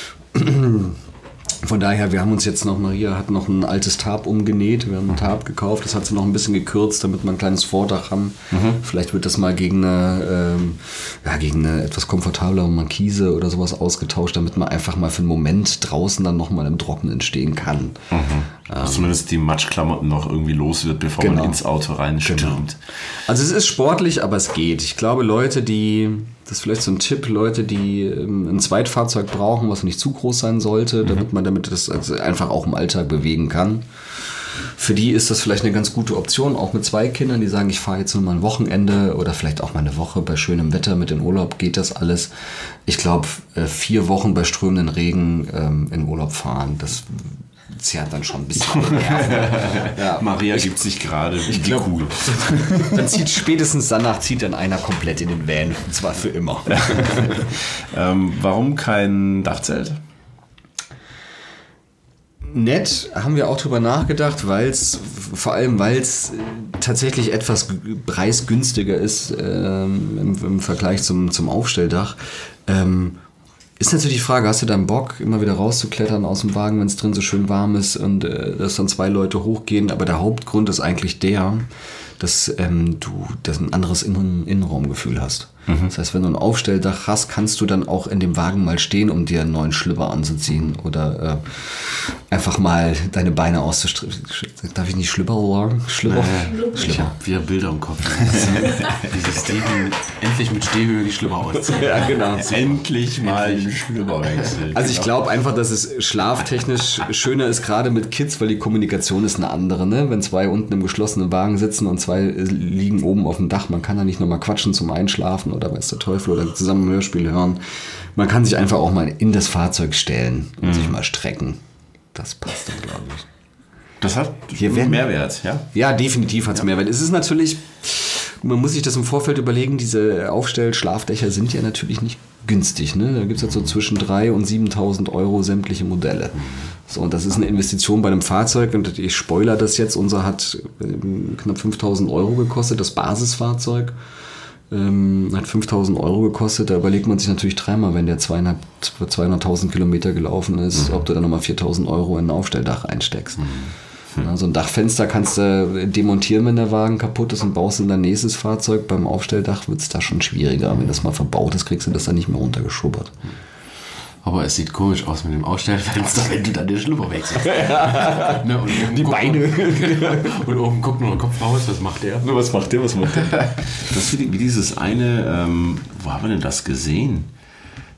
Speaker 1: Von daher, wir haben uns jetzt noch, Maria hat noch ein altes Tarp umgenäht, wir haben ein Tarp gekauft, das hat sie noch ein bisschen gekürzt, damit wir ein kleines Vordach haben. Mhm. Vielleicht wird das mal gegen eine, ähm, ja, gegen eine etwas komfortablere Markise oder sowas ausgetauscht, damit man einfach mal für einen Moment draußen dann nochmal im Trockenen stehen kann.
Speaker 2: Mhm. Ähm, Zumindest die Matschklamotten noch irgendwie los wird, bevor genau. man ins Auto reinstürmt. Genau.
Speaker 1: Also es ist sportlich, aber es geht. Ich glaube, Leute, die... Das ist vielleicht so ein Tipp, Leute, die ein Zweitfahrzeug brauchen, was nicht zu groß sein sollte, damit man damit das einfach auch im Alltag bewegen kann. Für die ist das vielleicht eine ganz gute Option, auch mit zwei Kindern, die sagen, ich fahre jetzt nur mal ein Wochenende oder vielleicht auch mal eine Woche bei schönem Wetter mit in Urlaub, geht das alles. Ich glaube, vier Wochen bei strömenden Regen ähm, in Urlaub fahren, das zerrt dann schon ein bisschen.
Speaker 2: Ja. Maria gibt sich gerade
Speaker 1: die glaub, Kugel. Dann zieht spätestens danach zieht dann einer komplett in den Van, und zwar für immer.
Speaker 2: ähm, warum kein Dachzelt?
Speaker 1: Nett, haben wir auch drüber nachgedacht, weil es vor allem, weil es tatsächlich etwas preisgünstiger ist ähm, im, im Vergleich zum, zum Aufstelldach. Ähm, Ist natürlich die Frage, hast du dann Bock, immer wieder rauszuklettern aus dem Wagen, wenn es drin so schön warm ist und äh, dass dann zwei Leute hochgehen? Aber der Hauptgrund ist eigentlich der, dass ähm, du das ein anderes Innen- Innenraumgefühl hast. Mhm. Das heißt, wenn du ein Aufstelldach hast, kannst du dann auch in dem Wagen mal stehen, um dir einen neuen Schlüpper anzuziehen oder äh, einfach mal deine Beine auszustrecken. Darf ich nicht Schlüpper sagen? Schlüpper?
Speaker 3: Nee, ich habe wieder Bilder im Kopf. Dieses Steven endlich mit Stehhöhe die Schlüpper ausziehen.
Speaker 1: Ja, genau.
Speaker 2: Endlich mal den Schlüpper wechseln.
Speaker 1: Also ich glaube einfach, dass es schlaftechnisch schöner ist, gerade mit Kids, weil die Kommunikation ist eine andere. Ne? Wenn zwei unten im geschlossenen Wagen sitzen und zwei liegen oben auf dem Dach, man kann da nicht nochmal quatschen zum Einschlafen oder weiß der Teufel oder zusammen ein Hörspiel hören. Man kann sich einfach auch mal in das Fahrzeug stellen und mhm. sich mal strecken. Das passt dann, glaube ich.
Speaker 2: Das hat hier einen Mehrwert, ja?
Speaker 1: Ja, definitiv hat es ja. Mehrwert. Es ist natürlich, man muss sich das im Vorfeld überlegen, diese Aufstell-Schlafdächer sind ja natürlich nicht günstig. Ne? Da gibt es jetzt so zwischen dreitausend und siebentausend Euro sämtliche Modelle. So, und das ist eine Investition bei einem Fahrzeug und ich spoiler das jetzt, unser hat knapp fünftausend Euro gekostet, das Basisfahrzeug. Ähm, hat fünftausend Euro gekostet, da überlegt man sich natürlich dreimal, wenn der zweihunderttausend Kilometer gelaufen ist, mhm. ob du dann nochmal viertausend Euro in ein Aufstelldach einsteckst. Mhm. Ja, so ein Dachfenster kannst du demontieren, wenn der Wagen kaputt ist und baust in dein nächstes Fahrzeug. Beim Aufstelldach wird es da schon schwieriger. Wenn das mal verbaut ist, kriegst du das dann nicht mehr runtergeschubbert.
Speaker 3: Aber es sieht komisch aus mit dem Ausstellfenster, wenn du dann den Schlüpper wechselst. Ja. Ne, und
Speaker 1: die Beine.
Speaker 3: Und oben guckt nur der Kopf raus, was macht der?
Speaker 1: Was macht der, was macht der?
Speaker 2: Das ist wie dieses eine, ähm, wo haben wir denn das gesehen?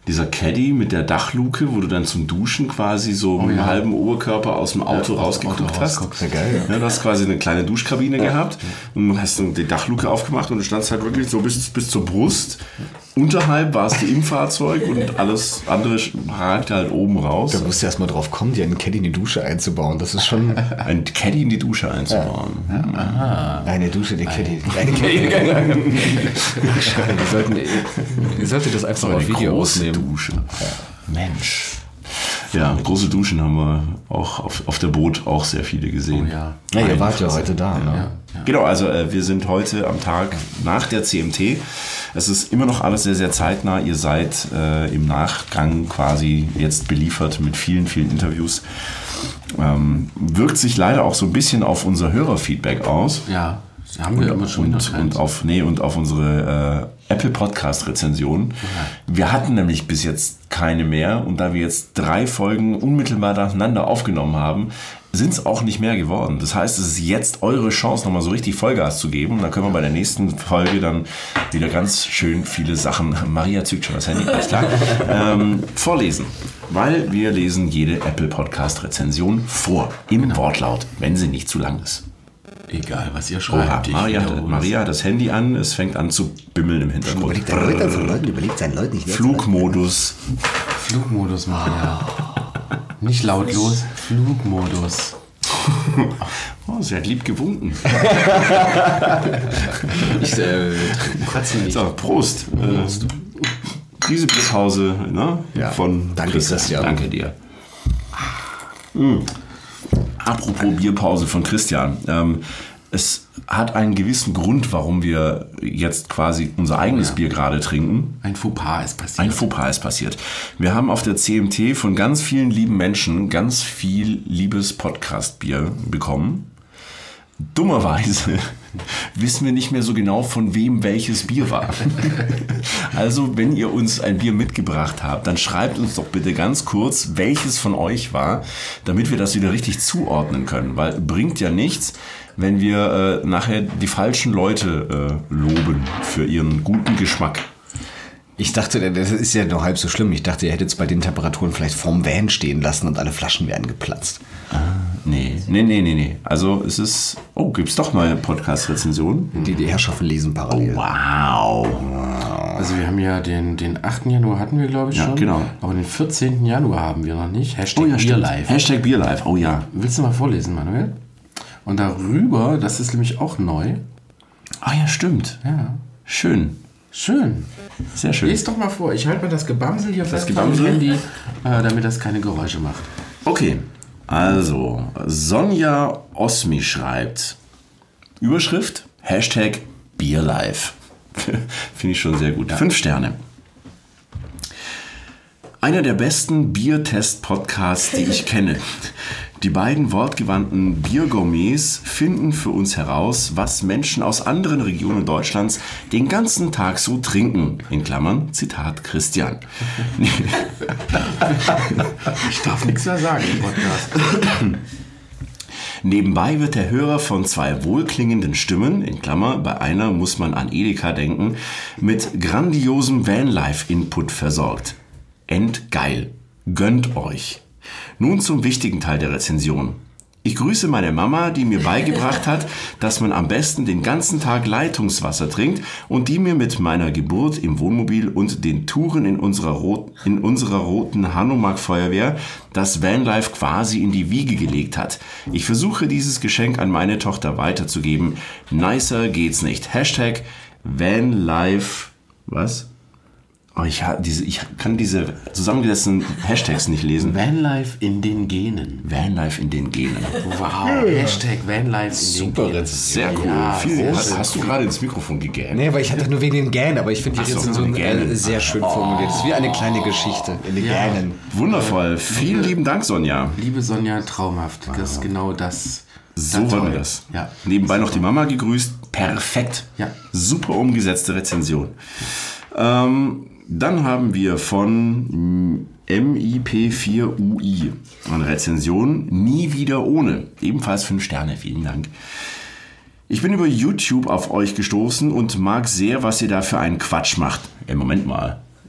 Speaker 2: Dieser Caddy mit der Dachluke, wo du dann zum Duschen quasi so oh, mit ja. einem halben Oberkörper aus dem Auto ja, rausgeguckt Auto hast.
Speaker 1: Sehr geil, ja.
Speaker 2: Ja, du hast quasi eine kleine Duschkabine ja. gehabt und hast die Dachluke aufgemacht und du standst halt wirklich so bis, bis zur Brust. Unterhalb war es die im Fahrzeug und alles andere ragte halt oben raus.
Speaker 1: Da musst du erst mal drauf kommen, dir einen Caddy in die Dusche einzubauen. Das ist schon...
Speaker 2: Ein Caddy in die Dusche einzubauen.
Speaker 1: Ja. Ja. Aha. Eine Dusche, die Caddy. Eine Caddy. wir, sollten, wir sollten das einfach mal auf Video ausnehmen.
Speaker 2: Dusche. Ja. Mensch. Ja, große Duschen haben wir auch auf, auf der Boot auch sehr viele gesehen.
Speaker 3: Oh ja.
Speaker 1: Ja, ihr wart ja heute da. Ne?
Speaker 2: Ja, ja. Genau, also äh, wir sind heute am Tag nach der C M T. Es ist immer noch alles sehr, sehr zeitnah. Ihr seid äh, im Nachgang quasi jetzt beliefert mit vielen, vielen Interviews. Ähm, wirkt sich leider auch so ein bisschen auf unser Hörerfeedback aus.
Speaker 3: Ja, das haben wir
Speaker 2: und,
Speaker 3: immer schon.
Speaker 2: Und, und, auf, nee, und auf unsere äh, Apple Podcast Rezension. Ja. Wir hatten nämlich bis jetzt keine mehr. Und da wir jetzt drei Folgen unmittelbar nacheinander aufgenommen haben, sind es auch nicht mehr geworden. Das heißt, es ist jetzt eure Chance, nochmal so richtig Vollgas zu geben. Und dann können wir bei der nächsten Folge dann wieder ganz schön viele Sachen, Maria zückt schon das Handy, alles klar, ähm, vorlesen. Weil wir lesen jede Apple Podcast Rezension vor, im genau. Wortlaut, wenn sie nicht zu lang ist.
Speaker 3: Egal, was ihr schreibt.
Speaker 2: Oha, Maria, hat, Maria hat das Handy an, es fängt an zu bimmeln im Hintergrund.
Speaker 1: Überlegt seinen Leuten, Leuten, überlegt seinen Leuten nicht.
Speaker 2: Flugmodus.
Speaker 3: Flugmodus, Maria. Nicht lautlos, Flugmodus.
Speaker 2: Oh, sie hat lieb gewunken.
Speaker 3: ich äh, kratze nicht.
Speaker 2: So, Prost. Prost. Äh, diese Bierpause ne,
Speaker 1: ja.
Speaker 2: von
Speaker 1: Danke, Christian.
Speaker 2: Danke dir. Mhm. Apropos Bierpause von Christian. Ähm, es hat einen gewissen Grund, warum wir jetzt quasi unser eigenes ja. Bier gerade trinken.
Speaker 3: Ein Fauxpas ist passiert.
Speaker 2: Ein Fauxpas ist passiert. Wir haben auf der C M T von ganz vielen lieben Menschen ganz viel liebes Podcast-Bier bekommen. Dummerweise wissen wir nicht mehr so genau, von wem welches Bier war. Also, wenn ihr uns ein Bier mitgebracht habt, dann schreibt uns doch bitte ganz kurz, welches von euch war, damit wir das wieder richtig zuordnen können. Weil bringt ja nichts, wenn wir äh, nachher die falschen Leute äh, loben für ihren guten Geschmack.
Speaker 1: Ich dachte, das ist ja noch halb so schlimm. Ich dachte, ihr hättet es bei den Temperaturen vielleicht vorm Van stehen lassen und alle Flaschen wären geplatzt.
Speaker 2: Ah, nee, nee, nee, nee, nee. Also es ist... Oh, gibt's doch mal Podcast-Rezensionen?
Speaker 1: Die, die Herrschaften lesen parallel.
Speaker 2: Oh, wow.
Speaker 1: wow.
Speaker 3: Also wir haben ja den, den achten Januar hatten wir, glaube ich,
Speaker 2: ja,
Speaker 3: schon.
Speaker 2: Genau.
Speaker 3: Aber den vierzehnten Januar haben wir noch nicht. Hashtag
Speaker 2: oh, ja,
Speaker 3: Bierlife.
Speaker 2: Hashtag Bierlife, oh ja.
Speaker 3: Willst du mal vorlesen, Manuel? Und darüber, das ist nämlich auch neu.
Speaker 2: Ah ja, stimmt.
Speaker 3: Ja.
Speaker 2: Schön.
Speaker 3: Schön.
Speaker 2: Sehr schön.
Speaker 3: Lies doch mal vor. Ich halte mal das Gebamsel hier
Speaker 2: das
Speaker 3: fest
Speaker 2: Gebamsel?
Speaker 3: am Handy, äh, damit das keine Geräusche macht.
Speaker 2: Okay. Also, Sonja Osmi schreibt, Überschrift, Hashtag Bierlife. Finde ich schon sehr gut. Ja. Fünf Sterne. Einer der besten Biertest-Podcasts, die ich kenne. Die beiden wortgewandten Biergourmets finden für uns heraus, was Menschen aus anderen Regionen Deutschlands den ganzen Tag so trinken. In Klammern, Zitat Christian.
Speaker 3: Ich darf nichts mehr sagen im Podcast.
Speaker 2: Nebenbei wird der Hörer von zwei wohlklingenden Stimmen, in Klammer, bei einer muss man an Edeka denken, mit grandiosem Vanlife-Input versorgt. Endgeil. Gönnt euch. Nun zum wichtigen Teil der Rezension. Ich grüße meine Mama, die mir beigebracht hat, dass man am besten den ganzen Tag Leitungswasser trinkt und die mir mit meiner Geburt im Wohnmobil und den Touren in unserer, Rot- in unserer roten Hanomag-Feuerwehr das Vanlife quasi in die Wiege gelegt hat. Ich versuche dieses Geschenk an meine Tochter weiterzugeben. Nicer geht's nicht. Hashtag Vanlife... Was? Oh, ich, diese, ich kann diese zusammengesetzten Hashtags nicht lesen.
Speaker 3: Vanlife in den Genen.
Speaker 2: Vanlife in den Genen.
Speaker 3: Wow. Hashtag Vanlife in
Speaker 1: Super
Speaker 3: den Genen.
Speaker 2: Sehr cool.
Speaker 3: Ja,
Speaker 2: Viel,
Speaker 3: sehr
Speaker 2: hast,
Speaker 3: schön.
Speaker 2: hast du gerade ins Mikrofon gegähnt?
Speaker 1: Nee, weil ich hatte nur wegen den Gähnen, aber ich finde die
Speaker 2: Ach so,
Speaker 1: Rezension
Speaker 2: Gähnen.
Speaker 1: äh, sehr schön formuliert. Das ist wie eine kleine Geschichte in den
Speaker 3: Ja.
Speaker 1: Gähnen.
Speaker 2: Wundervoll. Vielen lieben Dank, Sonja.
Speaker 3: Liebe Sonja, traumhaft. Das ist genau das.
Speaker 2: So
Speaker 3: das
Speaker 2: wollen
Speaker 3: toll.
Speaker 2: wir das.
Speaker 3: Ja.
Speaker 2: Nebenbei noch die Mama gegrüßt. Perfekt.
Speaker 3: Ja.
Speaker 2: Super umgesetzte Rezension. Ähm, dann haben wir von M I P vier U I eine Rezension. Nie wieder ohne. Ebenfalls fünf Sterne. Vielen Dank. Ich bin über YouTube auf euch gestoßen und mag sehr, was ihr da für einen Quatsch macht. Ey, Moment mal.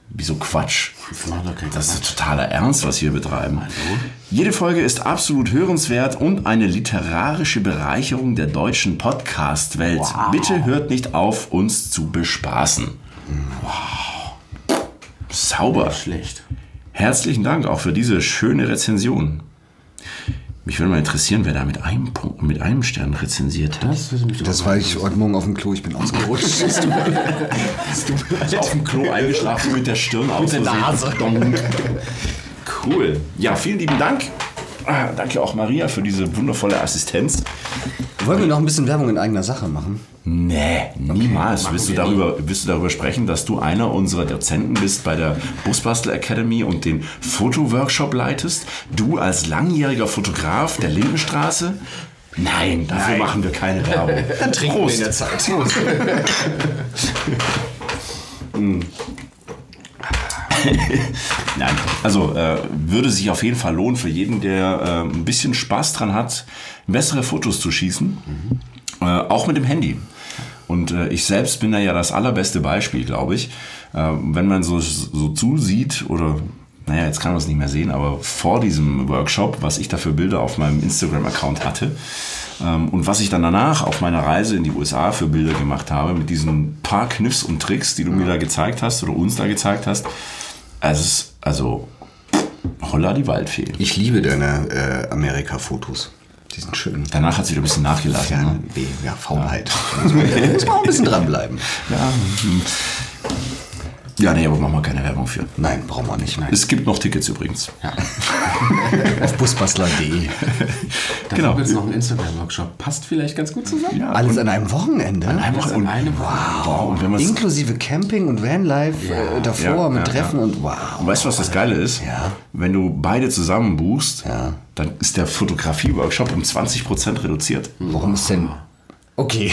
Speaker 2: Wieso Quatsch?
Speaker 3: Das macht doch keinen
Speaker 2: Das ist totaler Ernst, was wir betreiben. Jede Folge ist absolut hörenswert und eine literarische Bereicherung der deutschen Podcast-Welt.
Speaker 3: Wow.
Speaker 2: Bitte hört nicht auf, uns zu bespaßen. Wow. Sauber.
Speaker 3: Nicht schlecht.
Speaker 2: Herzlichen Dank auch für diese schöne Rezension. Mich würde mal interessieren, wer da mit einem Punkt, mit einem Stern rezensiert hat.
Speaker 3: Das, mich
Speaker 1: Das war ich heute Morgen auf dem Klo, ich bin ausgerutscht. Es tut mir- es tut mir leid.
Speaker 2: Auf dem Klo eingeschlafen mit der Stirn aus
Speaker 1: der Nase.
Speaker 2: Cool. Ja, vielen lieben Dank. Ah, danke auch Maria für diese wundervolle Assistenz.
Speaker 1: Wollen wir noch ein bisschen Werbung in eigener Sache machen?
Speaker 2: Nee, niemals.
Speaker 3: machen
Speaker 2: Willst du,
Speaker 3: wir
Speaker 2: darüber, willst du darüber sprechen, dass du einer unserer Dozenten bist bei der Busbastel Academy und den Fotoworkshop leitest? Du als langjähriger Fotograf der Lindenstraße? Nein, dafür
Speaker 1: Nein.
Speaker 2: machen wir keine Werbung.
Speaker 1: Dann trinken
Speaker 2: Prost.
Speaker 1: wir in der Zeit.
Speaker 2: Nein, also äh, würde sich auf jeden Fall lohnen für jeden, der äh, ein bisschen Spaß dran hat, bessere Fotos zu schießen, mhm. äh, auch mit dem Handy. Und äh, ich selbst bin da ja das allerbeste Beispiel, glaube ich. Äh, wenn man so, so zusieht oder, naja, jetzt kann man es nicht mehr sehen, aber vor diesem Workshop, was ich da für Bilder auf meinem Instagram-Account hatte ähm, und was ich dann danach auf meiner Reise in die U S A für Bilder gemacht habe, mit diesen paar Kniffs und Tricks, die du mir da gezeigt hast oder uns da gezeigt hast, also, also holla die Waldfee.
Speaker 1: Ich liebe deine äh, Amerika-Fotos. Die sind schön.
Speaker 2: Danach hat sie wieder ein bisschen nachgelassen.
Speaker 1: Ja,
Speaker 2: Ne?
Speaker 1: weh, ja, Faulheit. Da muss man, da muss man auch ein bisschen dranbleiben.
Speaker 2: Ja, hm. ja, nee, aber machen wir keine Werbung für.
Speaker 1: Nein, brauchen wir nicht.
Speaker 2: Es gibt noch Tickets übrigens.
Speaker 3: Ja.
Speaker 1: Auf busbastler punkt de.
Speaker 3: Da
Speaker 2: Genau.
Speaker 3: gibt es noch einen Instagram-Workshop. Passt vielleicht ganz gut zusammen.
Speaker 2: Ja,
Speaker 1: Alles an einem Wochenende.
Speaker 2: einfach
Speaker 3: Alles an einem Wochenende.
Speaker 2: wow. Und wenn man's-
Speaker 1: Inklusive Camping und Vanlife
Speaker 3: Ja.
Speaker 1: äh, davor
Speaker 2: Ja,
Speaker 1: mit
Speaker 2: ja,
Speaker 1: Treffen
Speaker 2: ja.
Speaker 1: und wow.
Speaker 2: Und weißt du, was das Geile ist?
Speaker 1: Ja.
Speaker 2: Wenn du beide zusammen buchst,
Speaker 1: Ja.
Speaker 2: dann ist der Fotografie-Workshop um zwanzig Prozent reduziert.
Speaker 1: Warum ist denn... Okay.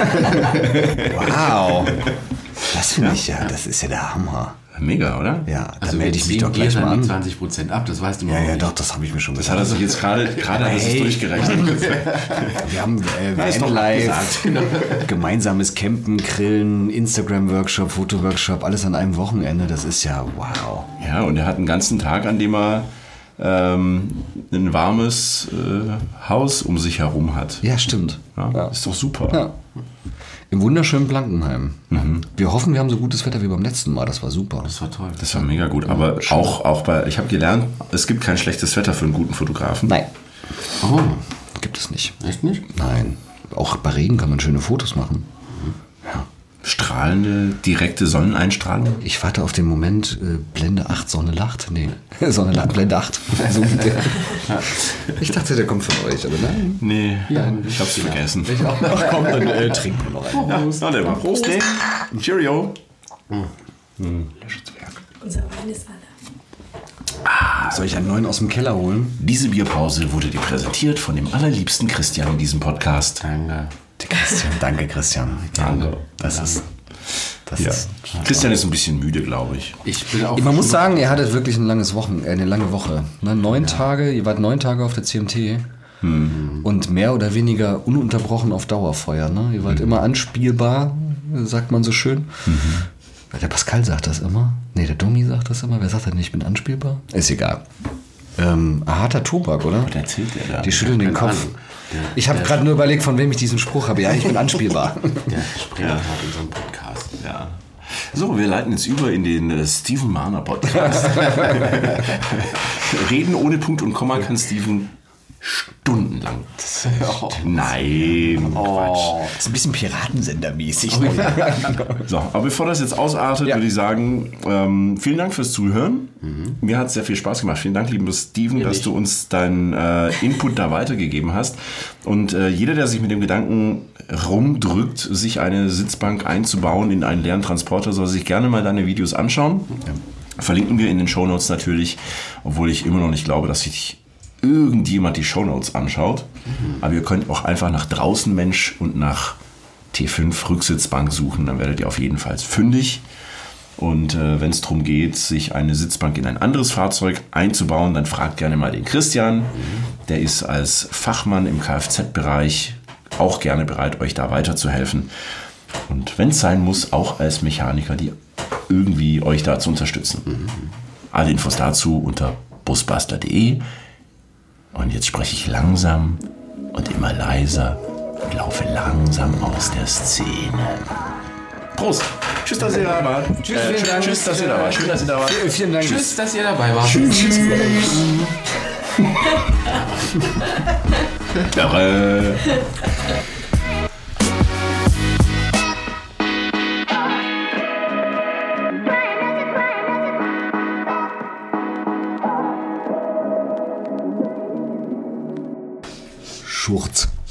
Speaker 1: Wow. Das finde ich ja, das ist ja der Hammer.
Speaker 2: Mega, oder?
Speaker 1: Ja, da
Speaker 3: Also
Speaker 1: melde
Speaker 3: wir
Speaker 1: ich mich
Speaker 3: ziehen
Speaker 1: doch gleich
Speaker 3: dir
Speaker 1: mal
Speaker 3: dann die
Speaker 1: an.
Speaker 3: zwanzig Prozent ab, das weißt du noch
Speaker 1: Ja, ja,
Speaker 3: nicht.
Speaker 1: doch, das habe ich mir schon
Speaker 2: Das hat er sich jetzt gerade gerade hat er sich
Speaker 1: Hey.
Speaker 2: durchgerechnet.
Speaker 1: Wir haben äh,
Speaker 2: Ja, ist doch
Speaker 1: Vanlife,
Speaker 2: abgesagt.
Speaker 1: gemeinsames Campen, Grillen, Instagram-Workshop, Fotoworkshop, alles an einem Wochenende. Das ist ja wow.
Speaker 2: Ja, und er hat einen ganzen Tag, an dem er ähm, ein warmes äh, Haus um sich herum hat.
Speaker 1: Ja, stimmt.
Speaker 2: Ja,
Speaker 1: Ja.
Speaker 2: Ist doch super.
Speaker 1: Ja. Im wunderschönen Blankenheim. Wir hoffen, wir haben so gutes Wetter wie beim letzten Mal. Das war super.
Speaker 3: Das war toll.
Speaker 2: Das war mega gut. Aber auch, auch bei, ich habe gelernt, es gibt kein schlechtes Wetter für einen guten Fotografen.
Speaker 1: Nein,
Speaker 3: Oh,
Speaker 1: gibt es nicht.
Speaker 3: echt nicht?
Speaker 1: Nein. Auch bei Regen kann man schöne Fotos machen.
Speaker 2: Strahlende, direkte Sonneneinstrahlung.
Speaker 1: Ich warte auf den Moment, äh, Blende acht, Sonne lacht. Nee, Sonne lacht, Blende acht. So wie der. Ich dachte, der kommt von euch, aber nein.
Speaker 2: Nee, ich hab's vergessen.
Speaker 1: Ach komm, dann äh, trinken wir noch einen.
Speaker 2: Ja, na, der war Prost. Nee. Cheerio.
Speaker 4: Unser Wein ist alle.
Speaker 1: Soll ich einen neuen aus dem Keller holen?
Speaker 2: Diese Bierpause wurde dir präsentiert von dem allerliebsten Christian in diesem Podcast.
Speaker 3: Danke.
Speaker 1: Christian, danke Christian.
Speaker 2: Danke.
Speaker 1: Das ist... Das
Speaker 2: Ja.
Speaker 1: ist
Speaker 2: Christian ist ein bisschen müde, glaube ich.
Speaker 3: Ich bin auch
Speaker 1: man muss sagen, ihr hattet wirklich ein langes Wochen, äh, eine lange Woche. Ne? Neun Tage, ihr wart neun Tage auf der C M T und mehr oder weniger ununterbrochen auf Dauerfeuer. Ne? Ihr wart immer anspielbar, sagt man so schön. Der Pascal sagt das immer. Nee, der Domi sagt das immer. Wer sagt denn, ich bin anspielbar? Ist egal. Ähm, harter Tobak, oder?
Speaker 2: Was erzählt der da?
Speaker 1: Die schütteln den
Speaker 3: keine
Speaker 1: Kopf.
Speaker 3: Ahnung. Der-
Speaker 1: Ich habe
Speaker 3: der-
Speaker 1: gerade nur überlegt, von wem ich diesen Spruch habe. Ja, ich bin anspielbar.
Speaker 3: Der Sprecher hat unseren Podcast.
Speaker 2: Ja. So, wir leiten jetzt über in den äh, Steven Mahner Podcast. Reden ohne Punkt und Komma kann Steven stundenlang. Nein, Quatsch.
Speaker 1: Das ist ein bisschen Piratensendermäßig.
Speaker 2: So, aber bevor das jetzt ausartet,
Speaker 1: Ja.
Speaker 2: würde ich sagen, ähm, vielen Dank fürs Zuhören. Mir hat es sehr viel Spaß gemacht. Vielen Dank, lieber Steven, dass
Speaker 3: nicht.
Speaker 2: du uns deinen äh, Input da weitergegeben hast. Und äh, jeder, der sich mit dem Gedanken rumdrückt, sich eine Sitzbank einzubauen in einen leeren Transporter, soll sich gerne mal deine Videos anschauen. Verlinken wir in den Shownotes natürlich, obwohl ich immer noch nicht glaube, dass sich irgendjemand die Shownotes anschaut. Aber ihr könnt auch einfach nach Draußen Mensch und nach T fünf Rücksitzbank suchen, dann werdet ihr auf jeden Fall fündig. Und äh, wenn es darum geht, sich eine Sitzbank in ein anderes Fahrzeug einzubauen, dann fragt gerne mal den Christian. Der ist als Fachmann im Kfz-Bereich auch gerne bereit, euch da weiterzuhelfen. Und wenn es sein muss, auch als Mechaniker die irgendwie euch da zu unterstützen. Mhm. Alle Infos dazu unter busbastler punkt de. Und jetzt spreche ich langsam und immer leiser und laufe langsam aus der Szene. Prost! Tschüss, dass ihr da wart.
Speaker 3: Tschüss,
Speaker 2: äh,
Speaker 3: vielen Dank.
Speaker 2: Tschüss, dass ihr da wart. Schön, dass ihr da wart.
Speaker 3: Vielen Dank. Tschüss, dass ihr dabei wart.
Speaker 2: Tschüss. Tschüss. Irre.
Speaker 1: Schurz.